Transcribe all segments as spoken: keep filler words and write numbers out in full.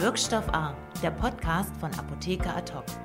Wirkstoff A, der Podcast von Apotheker Ad hoc.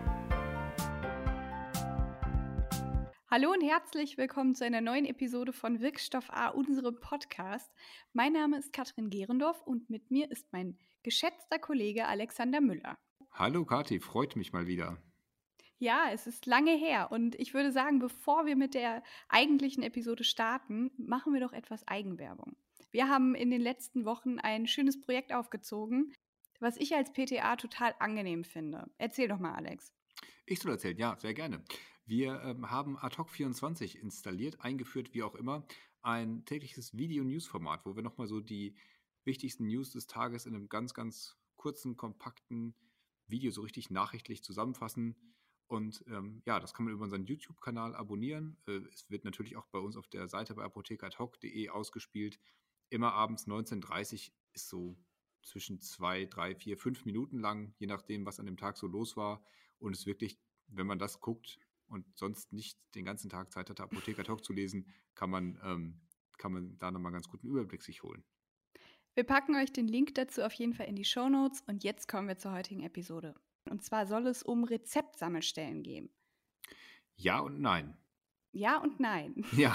Hallo und herzlich willkommen zu einer neuen Episode von Wirkstoff A, unserem Podcast. Mein Name ist Katrin Gehrendorf und mit mir ist mein geschätzter Kollege Alexander Müller. Hallo Kathi, freut mich mal wieder. Ja, es ist lange her und ich würde sagen, bevor wir mit der eigentlichen Episode starten, machen wir doch etwas Eigenwerbung. Wir haben in den letzten Wochen ein schönes Projekt aufgezogen, was ich als P T A total angenehm finde. Erzähl doch mal, Alex. Ich soll erzählen, ja, sehr gerne. Wir ähm, haben Ad hoc vierundzwanzig installiert, eingeführt, wie auch immer, ein tägliches Video-News-Format, wo wir nochmal so die wichtigsten News des Tages in einem ganz, ganz kurzen, kompakten Video so richtig nachrichtlich zusammenfassen. Und ähm, ja, das kann man über unseren YouTube-Kanal abonnieren. Äh, es wird natürlich auch bei uns auf der Seite bei apotheker ad hoc punkt de ausgespielt. Immer abends neunzehn Uhr dreißig ist so zwischen zwei, drei, vier, fünf Minuten lang, je nachdem, was an dem Tag so los war. Und es ist wirklich, wenn man das guckt und sonst nicht den ganzen Tag Zeit hatte, Apotheker Ad hoc zu lesen, kann man, ähm, kann man da nochmal einen ganz guten Überblick sich holen. Wir packen euch den Link dazu auf jeden Fall in die Shownotes und jetzt kommen wir zur heutigen Episode. Und zwar soll es um Rezeptsammelstellen gehen. Ja und nein. Ja und nein. Ja,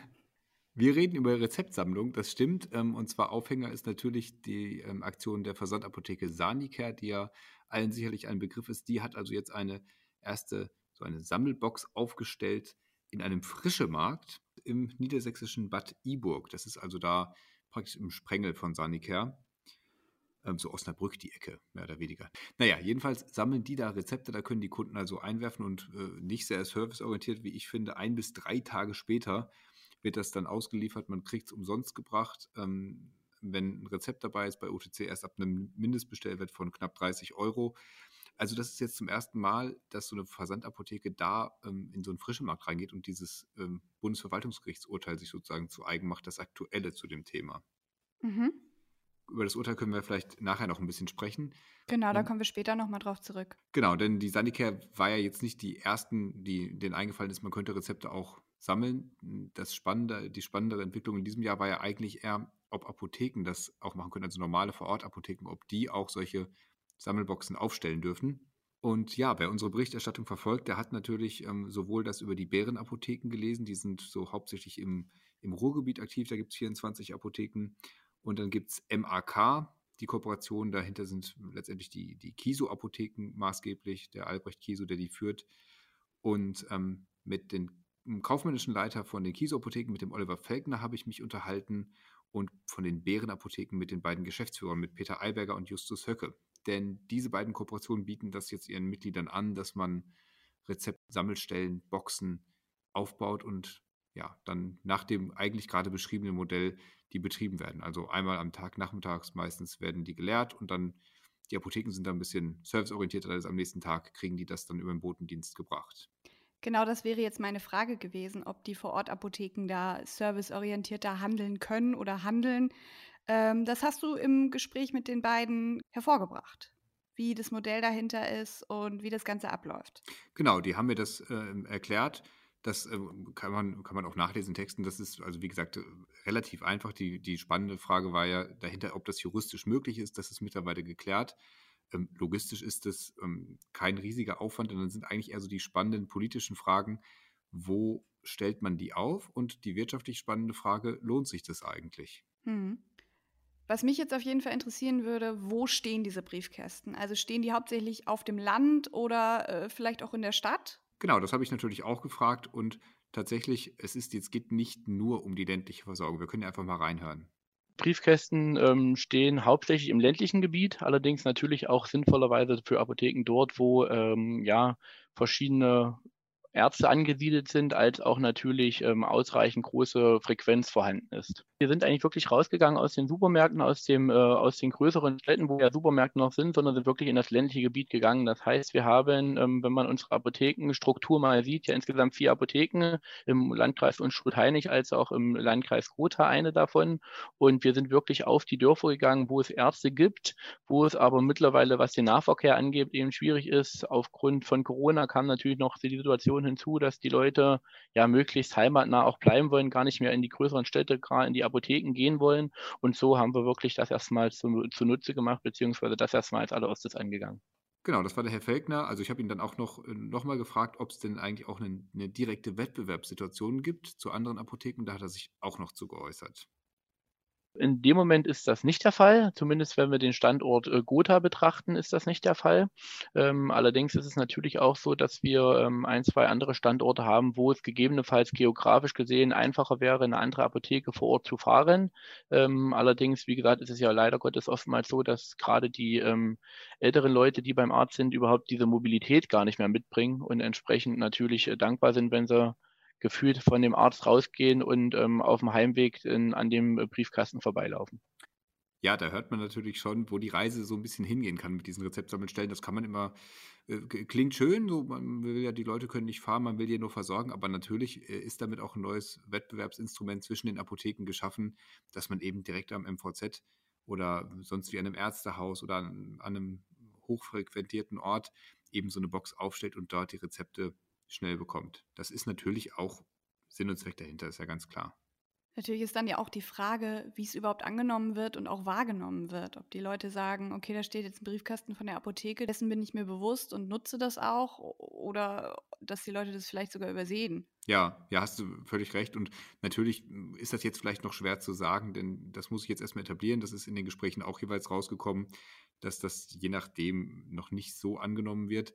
wir reden über Rezeptsammlung, das stimmt. Und zwar Aufhänger ist natürlich die Aktion der Versandapotheke Sanicare, die ja allen sicherlich ein Begriff ist. Die hat also jetzt eine erste, so eine Sammelbox aufgestellt in einem Frischemarkt im niedersächsischen Bad Iburg. Das ist also da praktisch im Sprengel von Sanicare. So Osnabrück die Ecke, mehr oder weniger. Naja, jedenfalls sammeln die da Rezepte, da können die Kunden also einwerfen und äh, nicht sehr serviceorientiert, wie ich finde, ein bis drei Tage später wird das dann ausgeliefert, man kriegt es umsonst gebracht. Ähm, wenn ein Rezept dabei ist, bei O T C erst ab einem Mindestbestellwert von knapp dreißig Euro. Also das ist jetzt zum ersten Mal, dass so eine Versandapotheke da ähm, in so einen Frischemarkt reingeht und dieses ähm, Bundesverwaltungsgerichtsurteil sich sozusagen zu eigen macht, das Aktuelle zu dem Thema. Mhm. Über das Urteil können wir vielleicht nachher noch ein bisschen sprechen. Genau, da kommen wir später nochmal drauf zurück. Genau, denn die Sanicare war ja jetzt nicht die ersten, die denen eingefallen ist, man könnte Rezepte auch sammeln. Das Spannende, die spannendere Entwicklung in diesem Jahr war ja eigentlich eher, ob Apotheken das auch machen können, also normale Vorortapotheken, ob die auch solche Sammelboxen aufstellen dürfen. Und ja, wer unsere Berichterstattung verfolgt, der hat natürlich ähm, sowohl das über die Bärenapotheken gelesen, die sind so hauptsächlich im, im Ruhrgebiet aktiv, da gibt es vierundzwanzig Apotheken. Und dann gibt es M A K, die Kooperation, dahinter sind letztendlich die, die Kiso-Apotheken maßgeblich, der Albrecht Kiso, der die führt. Und ähm, mit dem kaufmännischen Leiter von den Kiso-Apotheken, mit dem Oliver Felkner, habe ich mich unterhalten und von den Bärenapotheken mit den beiden Geschäftsführern, mit Peter Eiberger und Justus Höcke. Denn diese beiden Kooperationen bieten das jetzt ihren Mitgliedern an, dass man Rezeptsammelstellen, Boxen aufbaut und ja, dann nach dem eigentlich gerade beschriebenen Modell die betrieben werden. Also einmal am Tag nachmittags meistens werden die geleert und dann die Apotheken sind dann ein bisschen serviceorientierter, also am nächsten Tag kriegen die das dann über den Botendienst gebracht. Genau, das wäre jetzt meine Frage gewesen, ob die Vorortapotheken da serviceorientierter handeln können oder handeln. Ähm, das hast du im Gespräch mit den beiden hervorgebracht, wie das Modell dahinter ist und wie das Ganze abläuft. Genau, die haben mir das äh, erklärt. Das äh, kann man, kann man auch nachlesen in Texten. Das ist also, wie gesagt, äh, relativ einfach. Die, die spannende Frage war ja dahinter, ob das juristisch möglich ist. Das ist mittlerweile geklärt. Ähm, logistisch ist es ähm, kein riesiger Aufwand. Und dann sind eigentlich eher so die spannenden politischen Fragen, wo stellt man die auf? Und die wirtschaftlich spannende Frage, lohnt sich das eigentlich? Hm. Was mich jetzt auf jeden Fall interessieren würde, wo stehen diese Briefkästen? Also stehen die hauptsächlich auf dem Land oder äh, vielleicht auch in der Stadt? Genau, das habe ich natürlich auch gefragt und tatsächlich, es ist jetzt geht nicht nur um die ländliche Versorgung. Wir können ja einfach mal reinhören. Briefkästen ähm, stehen hauptsächlich im ländlichen Gebiet, allerdings natürlich auch sinnvollerweise für Apotheken dort, wo ähm, ja verschiedene Ärzte angesiedelt sind, als auch natürlich ähm, ausreichend große Frequenz vorhanden ist. Wir sind eigentlich wirklich rausgegangen aus den Supermärkten, aus, dem, äh, aus den größeren Städten, wo ja Supermärkte noch sind, sondern sind wirklich in das ländliche Gebiet gegangen. Das heißt, wir haben, ähm, wenn man unsere Apothekenstruktur mal sieht, ja insgesamt vier Apotheken im Landkreis Unstrut-Hainich als auch im Landkreis Gotha eine davon. Und wir sind wirklich auf die Dörfer gegangen, wo es Ärzte gibt, wo es aber mittlerweile, was den Nahverkehr angeht, eben schwierig ist. Aufgrund von Corona kam natürlich noch die Situation Situation hinzu, dass die Leute ja möglichst heimatnah auch bleiben wollen, gar nicht mehr in die größeren Städte, gerade in die Apotheken gehen wollen. Und so haben wir wirklich das erstmal zu, zunutze gemacht, beziehungsweise das erstmal als allererstes angegangen. Genau, das war der Herr Felkner. Also ich habe ihn dann auch noch, äh, noch mal gefragt, ob es denn eigentlich auch eine, eine direkte Wettbewerbssituation gibt zu anderen Apotheken. Da hat er sich auch noch zu geäußert. In dem Moment ist das nicht der Fall. Zumindest wenn wir den Standort äh, Gotha betrachten, ist das nicht der Fall. Ähm, allerdings ist es natürlich auch so, dass wir ähm, ein, zwei andere Standorte haben, wo es gegebenenfalls geografisch gesehen einfacher wäre, eine andere Apotheke vor Ort zu fahren. Ähm, allerdings, wie gesagt, ist es ja leider Gottes oftmals so, dass gerade die ähm, älteren Leute, die beim Arzt sind, überhaupt diese Mobilität gar nicht mehr mitbringen und entsprechend natürlich äh, dankbar sind, wenn sie gefühlt von dem Arzt rausgehen und ähm, auf dem Heimweg in, an dem äh, Briefkasten vorbeilaufen. Ja, da hört man natürlich schon, wo die Reise so ein bisschen hingehen kann mit diesen Rezeptsammelstellen. Das kann man immer, äh, k- klingt schön, so, man will ja, die Leute können nicht fahren, man will die nur versorgen, aber natürlich äh, ist damit auch ein neues Wettbewerbsinstrument zwischen den Apotheken geschaffen, dass man eben direkt am M V Z oder sonst wie an einem Ärztehaus oder an, an einem hochfrequentierten Ort eben so eine Box aufstellt und dort die Rezepte schnell bekommt. Das ist natürlich auch Sinn und Zweck dahinter, ist ja ganz klar. Natürlich ist dann ja auch die Frage, wie es überhaupt angenommen wird und auch wahrgenommen wird. Ob die Leute sagen, okay, da steht jetzt ein Briefkasten von der Apotheke, dessen bin ich mir bewusst und nutze das auch, oder dass die Leute das vielleicht sogar übersehen. Ja, ja, hast du völlig recht. Und natürlich mm, ist das jetzt vielleicht noch schwer zu sagen, denn das muss ich jetzt erstmal etablieren. Das ist in den Gesprächen auch jeweils rausgekommen, dass das je nachdem noch nicht so angenommen wird.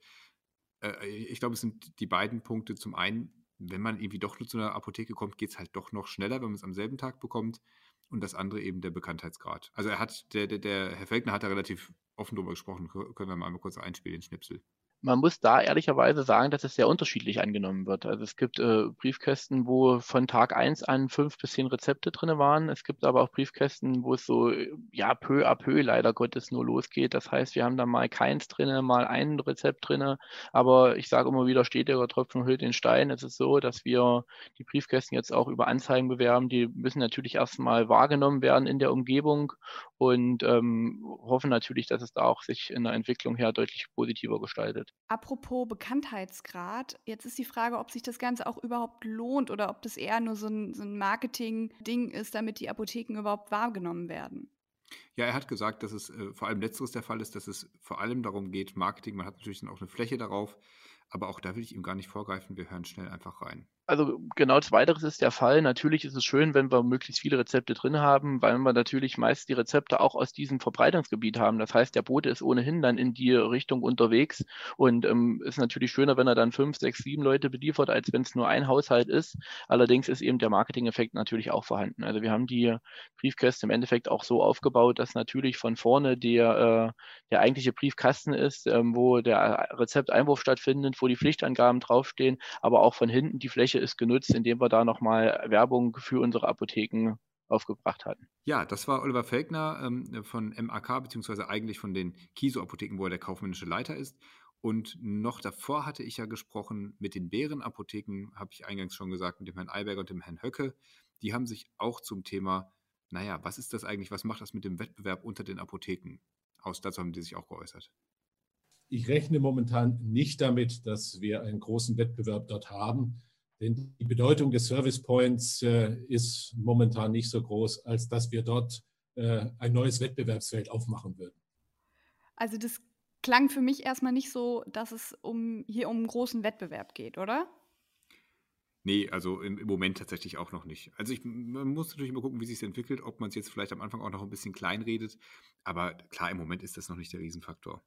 Äh, ich glaube, es sind die beiden Punkte. Zum einen, wenn man irgendwie doch nur zu einer Apotheke kommt, geht es halt doch noch schneller, wenn man es am selben Tag bekommt. Und das andere eben der Bekanntheitsgrad. Also er hat, der, der, der Herr Felkner hat da relativ offen drüber gesprochen. Können wir mal einmal kurz einspielen, den Schnipsel. Man muss da ehrlicherweise sagen, dass es sehr unterschiedlich angenommen wird. Also es gibt äh, Briefkästen, wo von Tag eins an fünf bis zehn Rezepte drin waren. Es gibt aber auch Briefkästen, wo es so, äh, ja, peu à peu leider Gottes nur losgeht. Das heißt, wir haben da mal keins drin, mal ein Rezept drin. Aber ich sage immer wieder, stetiger Tropfen höhlt den Stein. Es ist so, dass wir die Briefkästen jetzt auch über Anzeigen bewerben. Die müssen natürlich erstmal wahrgenommen werden in der Umgebung und ähm, hoffen natürlich, dass es da auch sich in der Entwicklung her deutlich positiver gestaltet. Apropos Bekanntheitsgrad, jetzt ist die Frage, ob sich das Ganze auch überhaupt lohnt oder ob das eher nur so ein, so ein Marketing-Ding ist, damit die Apotheken überhaupt wahrgenommen werden. Ja, er hat gesagt, dass es äh, vor allem letzteres der Fall ist, dass es vor allem darum geht, Marketing, man hat natürlich dann auch eine Fläche darauf, aber auch da will ich ihm gar nicht vorgreifen, wir hören schnell einfach rein. Also genau zweiteres ist der Fall. Natürlich ist es schön, wenn wir möglichst viele Rezepte drin haben, weil wir natürlich meist die Rezepte auch aus diesem Verbreitungsgebiet haben. Das heißt, der Bote ist ohnehin dann in die Richtung unterwegs und ähm, ist natürlich schöner, wenn er dann fünf, sechs, sieben Leute beliefert, als wenn es nur ein Haushalt ist. Allerdings ist eben der Marketing-Effekt natürlich auch vorhanden. Also wir haben die Briefkäste im Endeffekt auch so aufgebaut, dass natürlich von vorne der, äh, der eigentliche Briefkasten ist, ähm, wo der Rezepteinwurf stattfindet, wo die Pflichtangaben draufstehen, aber auch von hinten die Fläche ist genutzt, indem wir da nochmal Werbung für unsere Apotheken aufgebracht hatten. Ja, das war Oliver Felkner ähm, von M A K, beziehungsweise eigentlich von den Kiso-Apotheken, wo er der kaufmännische Leiter ist. Und noch davor hatte ich ja gesprochen mit den Bären-Apotheken, habe ich eingangs schon gesagt, mit dem Herrn Eiberger und dem Herrn Höcke. Die haben sich auch zum Thema, naja, was ist das eigentlich, was macht das mit dem Wettbewerb unter den Apotheken aus? Dazu haben die sich auch geäußert. Ich rechne momentan nicht damit, dass wir einen großen Wettbewerb dort haben, denn die Bedeutung des Service Points äh, ist momentan nicht so groß, als dass wir dort äh, ein neues Wettbewerbsfeld aufmachen würden. Also das klang für mich erstmal nicht so, dass es um, hier um einen großen Wettbewerb geht, oder? Nee, also im, im Moment tatsächlich auch noch nicht. Also ich, man muss natürlich immer gucken, wie sich es entwickelt, ob man es jetzt vielleicht am Anfang auch noch ein bisschen kleinredet. Aber klar, im Moment ist das noch nicht der Riesenfaktor.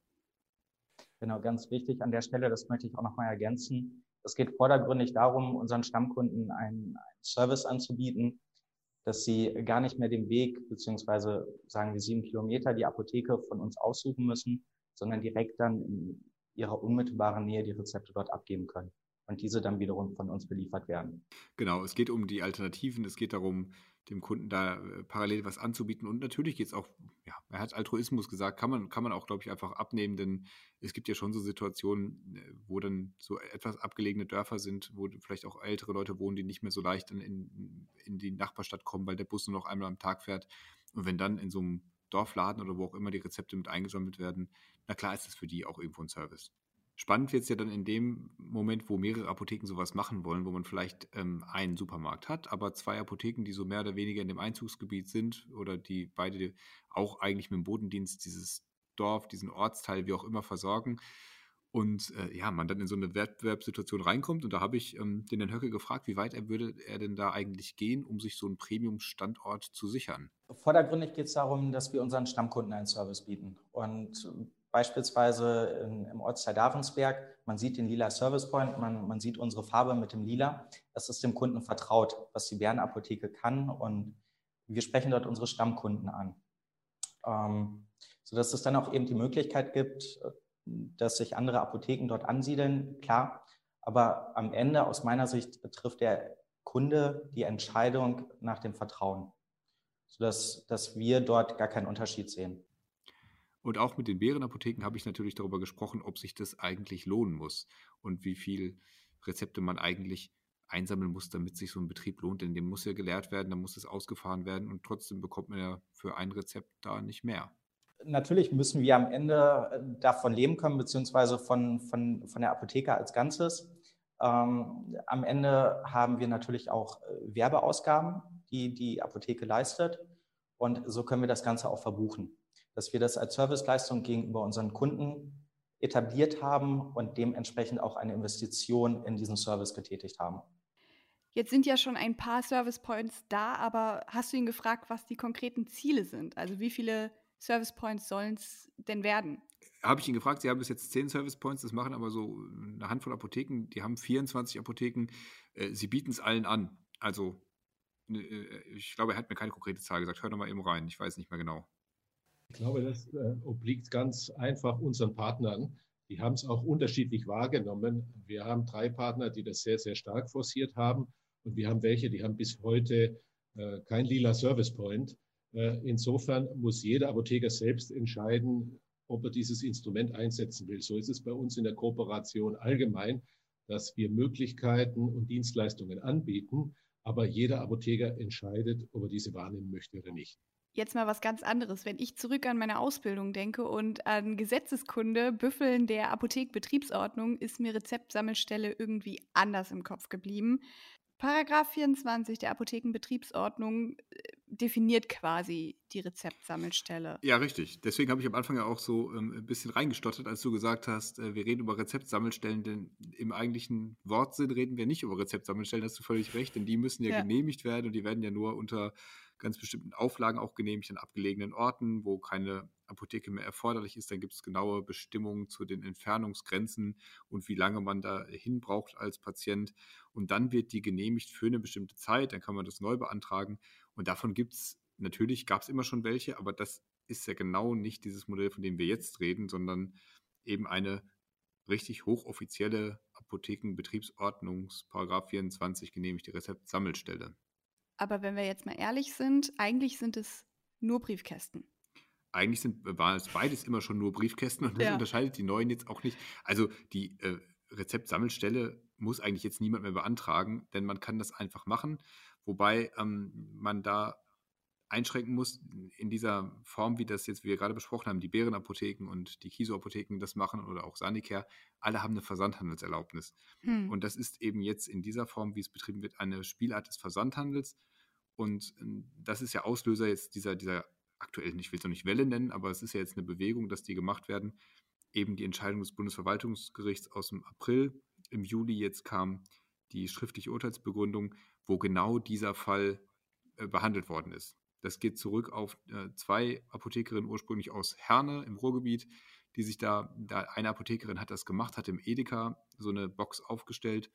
Genau, ganz wichtig an der Stelle, das möchte ich auch nochmal ergänzen. Es geht vordergründig darum, unseren Stammkunden einen, einen Service anzubieten, dass sie gar nicht mehr den Weg, beziehungsweise sagen wir sieben Kilometer, die Apotheke von uns aussuchen müssen, sondern direkt dann in ihrer unmittelbaren Nähe die Rezepte dort abgeben können und diese dann wiederum von uns beliefert werden. Genau, es geht um die Alternativen, es geht darum, dem Kunden da äh, parallel was anzubieten. Und natürlich geht es auch, ja, er hat Altruismus gesagt, kann man, kann man auch, glaube ich, einfach abnehmen, denn es gibt ja schon so Situationen, wo dann so etwas abgelegene Dörfer sind, wo vielleicht auch ältere Leute wohnen, die nicht mehr so leicht in, in, in die Nachbarstadt kommen, weil der Bus nur noch einmal am Tag fährt. Und wenn dann in so einem Dorfladen oder wo auch immer die Rezepte mit eingesammelt werden, na klar ist das für die auch irgendwo ein Service. Spannend wird es ja dann in dem Moment, wo mehrere Apotheken sowas machen wollen, wo man vielleicht ähm, einen Supermarkt hat, aber zwei Apotheken, die so mehr oder weniger in dem Einzugsgebiet sind oder die beide auch eigentlich mit dem Bodendienst dieses Dorf, diesen Ortsteil, wie auch immer, versorgen. Und äh, ja, man dann in so eine Wettbewerbssituation reinkommt. Und da habe ich ähm, den Herrn Höcke gefragt, wie weit er würde er denn da eigentlich gehen, um sich so einen Premium-Standort zu sichern? Vordergründig geht es darum, dass wir unseren Stammkunden einen Service bieten. Und beispielsweise in, im Ortsteil Davensberg, man sieht den lila Service Point, man, man sieht unsere Farbe mit dem Lila. Das ist dem Kunden vertraut, was die Bärenapotheke kann. Und wir sprechen dort unsere Stammkunden an. Ähm, sodass es dann auch eben die Möglichkeit gibt, dass sich andere Apotheken dort ansiedeln, klar. Aber am Ende, aus meiner Sicht, betrifft der Kunde die Entscheidung nach dem Vertrauen, sodass dass wir dort gar keinen Unterschied sehen. Und auch mit den Bärenapotheken habe ich natürlich darüber gesprochen, ob sich das eigentlich lohnen muss und wie viel Rezepte man eigentlich einsammeln muss, damit sich so ein Betrieb lohnt. Denn dem muss ja gelehrt werden, dann muss es ausgefahren werden und trotzdem bekommt man ja für ein Rezept da nicht mehr. Natürlich müssen wir am Ende davon leben können, beziehungsweise von, von, von der Apotheke als Ganzes. Ähm, am Ende haben wir natürlich auch Werbeausgaben, die die Apotheke leistet. Und so können wir das Ganze auch verbuchen, dass wir das als Serviceleistung gegenüber unseren Kunden etabliert haben und dementsprechend auch eine Investition in diesen Service getätigt haben. Jetzt sind ja schon ein paar Service Points da, aber hast du ihn gefragt, was die konkreten Ziele sind? Also wie viele Service Points sollen es denn werden? Habe ich ihn gefragt, sie haben bis jetzt zehn Service Points, das machen aber so eine Handvoll Apotheken, die haben vierundzwanzig Apotheken, sie bieten es allen an. Also ich glaube, er hat mir keine konkrete Zahl gesagt, hör doch mal eben rein, ich weiß nicht mehr genau. Ich glaube, das äh, obliegt ganz einfach unseren Partnern. Die haben es auch unterschiedlich wahrgenommen. Wir haben drei Partner, die das sehr, sehr stark forciert haben und wir haben welche, die haben bis heute äh, kein lila Service Point. Insofern muss jeder Apotheker selbst entscheiden, ob er dieses Instrument einsetzen will. So ist es bei uns in der Kooperation allgemein, dass wir Möglichkeiten und Dienstleistungen anbieten, aber jeder Apotheker entscheidet, ob er diese wahrnehmen möchte oder nicht. Jetzt mal was ganz anderes. Wenn ich zurück an meine Ausbildung denke und an Gesetzeskunde, Büffeln der Apothekenbetriebsordnung, ist mir Rezeptsammelstelle irgendwie anders im Kopf geblieben. Paragraph vierundzwanzig der Apothekenbetriebsordnung definiert quasi die Rezeptsammelstelle. Ja, richtig. Deswegen habe ich am Anfang ja auch so ähm, ein bisschen reingestottert, als du gesagt hast, äh, wir reden über Rezeptsammelstellen, denn im eigentlichen Wortsinn reden wir nicht über Rezeptsammelstellen, hast du völlig recht, denn die müssen ja, ja genehmigt werden und die werden ja nur unter ganz bestimmten Auflagen auch genehmigt an abgelegenen Orten, wo keine Apotheke mehr erforderlich ist. Dann gibt es genaue Bestimmungen zu den Entfernungsgrenzen und wie lange man da hin braucht als Patient. Und dann wird die genehmigt für eine bestimmte Zeit, dann kann man das neu beantragen. Und davon gibt es, natürlich gab es immer schon welche, aber das ist ja genau nicht dieses Modell, von dem wir jetzt reden, sondern eben eine richtig hochoffizielle Apothekenbetriebsordnungs, Paragraph vierundzwanzig genehmigte Rezeptsammelstelle. Aber wenn wir jetzt mal ehrlich sind, eigentlich sind es nur Briefkästen. Eigentlich sind, war es beides immer schon nur Briefkästen und das ja. unterscheidet die neuen jetzt auch nicht. Also die äh, Rezeptsammelstelle muss eigentlich jetzt niemand mehr beantragen, denn man kann das einfach machen, wobei ähm, man da einschränken muss in dieser Form, wie das jetzt, wie wir gerade besprochen haben, die Bärenapotheken und die Kiso-Apotheken das machen oder auch Sanicare, alle haben eine Versandhandelserlaubnis. Hm. Und das ist eben jetzt in dieser Form, wie es betrieben wird, eine Spielart des Versandhandels. Und das ist ja Auslöser jetzt dieser, dieser aktuellen, ich will es noch nicht Welle nennen, aber es ist ja jetzt eine Bewegung, dass die gemacht werden. Eben die Entscheidung des Bundesverwaltungsgerichts aus dem April. Im Juli jetzt kam die schriftliche Urteilsbegründung, wo genau dieser Fall äh, behandelt worden ist. Das geht zurück auf äh, zwei Apothekerinnen ursprünglich aus Herne im Ruhrgebiet, die sich da, da, eine Apothekerin hat das gemacht, hat im Edeka so eine Box aufgestellt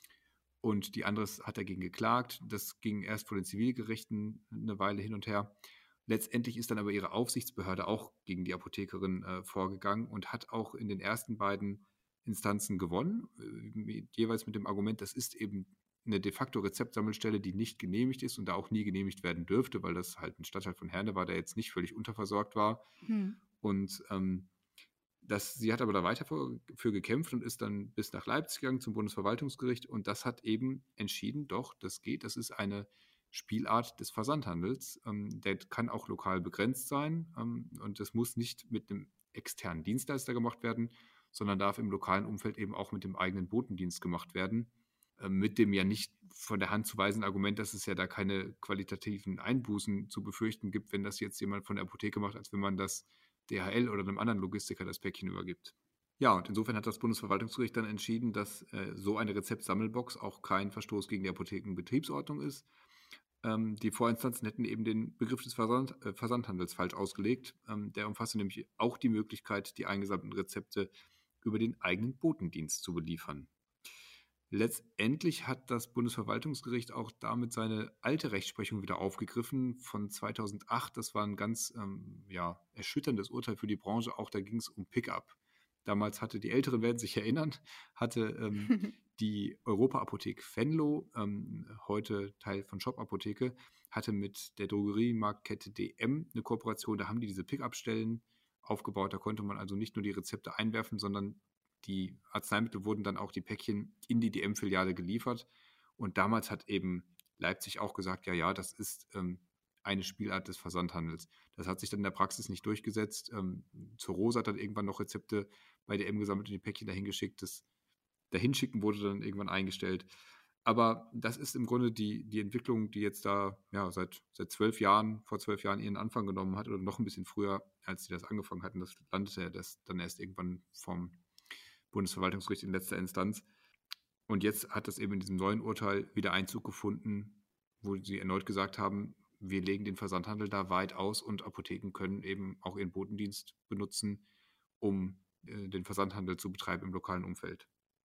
und die andere hat dagegen geklagt. Das ging erst vor den Zivilgerichten eine Weile hin und her. Letztendlich ist dann aber ihre Aufsichtsbehörde auch gegen die Apothekerin äh, vorgegangen und hat auch in den ersten beiden Instanzen gewonnen, äh, jeweils mit dem Argument, das ist eben eine de facto Rezeptsammelstelle, die nicht genehmigt ist und da auch nie genehmigt werden dürfte, weil das halt ein Stadtteil von Herne war, der jetzt nicht völlig unterversorgt war. Hm. Und ähm, das, sie hat aber da weiter für, für gekämpft und ist dann bis nach Leipzig gegangen zum Bundesverwaltungsgericht und das hat eben entschieden, doch, das geht, das ist eine Spielart des Versandhandels. Ähm, der kann auch lokal begrenzt sein ähm, und das muss nicht mit einem externen Dienstleister gemacht werden, sondern darf im lokalen Umfeld eben auch mit dem eigenen Botendienst gemacht werden. Mit dem ja nicht von der Hand zu weisenden Argument, dass es ja da keine qualitativen Einbußen zu befürchten gibt, wenn das jetzt jemand von der Apotheke macht, als wenn man das D H L oder einem anderen Logistiker das Päckchen übergibt. Ja, und insofern hat das Bundesverwaltungsgericht dann entschieden, dass äh, so eine Rezeptsammelbox auch kein Verstoß gegen die Apothekenbetriebsordnung ist. Ähm, die Vorinstanzen hätten eben den Begriff des Versand, äh, Versandhandels falsch ausgelegt. Ähm, der umfasste nämlich auch die Möglichkeit, die eingesammelten Rezepte über den eigenen Botendienst zu beliefern. Letztendlich hat das Bundesverwaltungsgericht auch damit seine alte Rechtsprechung wieder aufgegriffen von zweitausendacht. Das war ein ganz ähm, ja, erschütterndes Urteil für die Branche. Auch da ging es um Pickup. Damals hatte, die Älteren werden sich erinnern, hatte ähm, die Europa-Apothek Venlo, ähm, heute Teil von Shop Apotheke, hatte mit der Drogeriemarktkette D M eine Kooperation. Da haben die diese Pickup-Stellen aufgebaut. Da konnte man also nicht nur die Rezepte einwerfen, sondern die Arzneimittel wurden dann auch die Päckchen in die D M-Filiale geliefert. Und damals hat eben Leipzig auch gesagt, ja, ja, das ist ähm, eine Spielart des Versandhandels. Das hat sich dann in der Praxis nicht durchgesetzt. Ähm, zur Rosa hat dann irgendwann noch Rezepte bei D M gesammelt und die Päckchen dahin geschickt. Das Dahinschicken wurde dann irgendwann eingestellt. Aber das ist im Grunde die, die Entwicklung, die jetzt da ja, seit, seit zwölf Jahren, vor zwölf Jahren ihren Anfang genommen hat oder noch ein bisschen früher, als sie das angefangen hatten. Das landete ja das dann erst irgendwann vom Bundesverwaltungsgericht in letzter Instanz. Und jetzt hat das eben in diesem neuen Urteil wieder Einzug gefunden, wo sie erneut gesagt haben, wir legen den Versandhandel da weit aus und Apotheken können eben auch ihren Botendienst benutzen, um äh, den Versandhandel zu betreiben im lokalen Umfeld.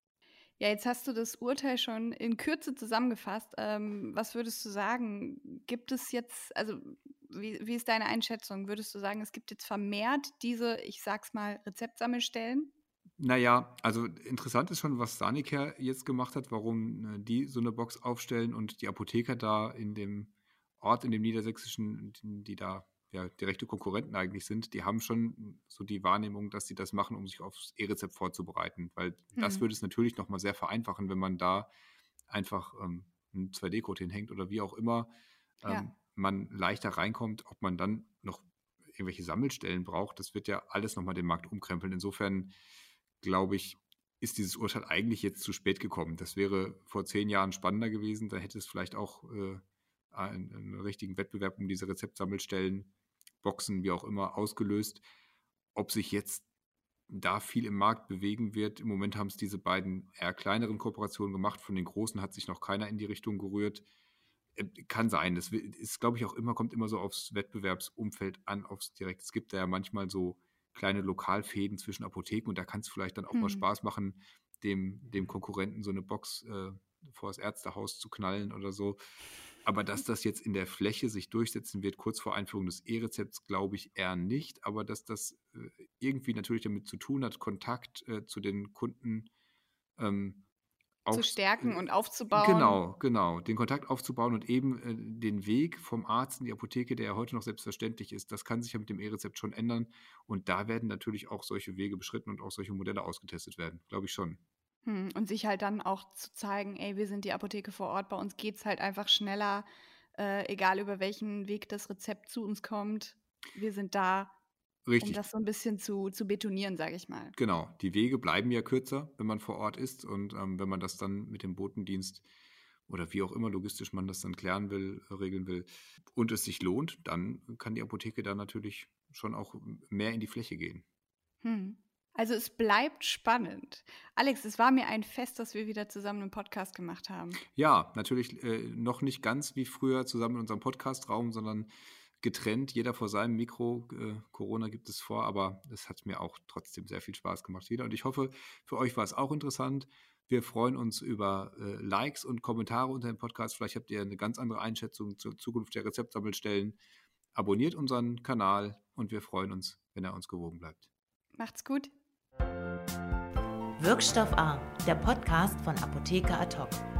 Ja, jetzt hast du das Urteil schon in Kürze zusammengefasst. Ähm, was würdest du sagen? Gibt es jetzt, also wie, wie ist deine Einschätzung? Würdest du sagen, es gibt jetzt vermehrt diese, ich sag's mal, Rezeptsammelstellen? Naja, also interessant ist schon, was Sanicare jetzt gemacht hat, warum äh, die so eine Box aufstellen und die Apotheker da in dem Ort, in dem Niedersächsischen, die, die da ja direkte Konkurrenten eigentlich sind, die haben schon so die Wahrnehmung, dass sie das machen, um sich aufs E-Rezept vorzubereiten, weil das Mhm. würde es natürlich nochmal sehr vereinfachen, wenn man da einfach ähm, einen zwei D Code hinhängt oder wie auch immer ähm, Ja. man leichter reinkommt, ob man dann noch irgendwelche Sammelstellen braucht, das wird ja alles nochmal den Markt umkrempeln. Insofern glaube ich, ist dieses Urteil eigentlich jetzt zu spät gekommen. Das wäre vor zehn Jahren spannender gewesen. Da hätte es vielleicht auch äh, einen, einen richtigen Wettbewerb um diese Rezeptsammelstellen, Boxen, wie auch immer, ausgelöst. Ob sich jetzt da viel im Markt bewegen wird. Im Moment haben es diese beiden eher kleineren Kooperationen gemacht. Von den großen hat sich noch keiner in die Richtung gerührt. Äh, Kann sein. Das ist, glaube ich, auch immer, kommt immer so aufs Wettbewerbsumfeld an, aufs direkt. Es gibt da ja manchmal so kleine Lokalfäden zwischen Apotheken und da kann es vielleicht dann auch mal Hm. Spaß machen, dem, dem Konkurrenten so eine Box äh, vor das Ärztehaus zu knallen oder so. Aber dass das jetzt in der Fläche sich durchsetzen wird, kurz vor Einführung des E-Rezepts, glaube ich eher nicht. Aber dass das äh, irgendwie natürlich damit zu tun hat, Kontakt äh, zu den Kunden ähm, Zu auch, stärken äh, und aufzubauen. Genau, genau. Den Kontakt aufzubauen und eben äh, den Weg vom Arzt in die Apotheke, der ja heute noch selbstverständlich ist, das kann sich ja mit dem E-Rezept schon ändern. Und da werden natürlich auch solche Wege beschritten und auch solche Modelle ausgetestet werden, glaube ich schon. Hm, Und sich halt dann auch zu zeigen, ey, wir sind die Apotheke vor Ort, bei uns geht es halt einfach schneller, äh, egal über welchen Weg das Rezept zu uns kommt. Wir sind da, um Richtig, das so ein bisschen zu, zu betonieren, sage ich mal. genau. Die Wege bleiben ja kürzer, wenn man vor Ort ist. Und ähm, wenn man das dann mit dem Botendienst oder wie auch immer logistisch man das dann klären will, äh, regeln will und es sich lohnt, dann kann die Apotheke da natürlich schon auch mehr in die Fläche gehen. Hm. Also es bleibt spannend. Alex, es war mir ein Fest, dass wir wieder zusammen einen Podcast gemacht haben. Ja, natürlich äh, noch nicht ganz wie früher zusammen in unserem Podcastraum, sondern getrennt, jeder vor seinem Mikro. Äh, Corona gibt es vor, aber es hat mir auch trotzdem sehr viel Spaß gemacht wieder. Und ich hoffe, für euch war es auch interessant. Wir freuen uns über äh, Likes und Kommentare unter dem Podcast. Vielleicht habt ihr eine ganz andere Einschätzung zur Zukunft der Rezeptsammelstellen. Abonniert unseren Kanal und wir freuen uns, wenn er uns gewogen bleibt. Macht's gut. Wirkstoff A, der Podcast von Apotheker Ad hoc.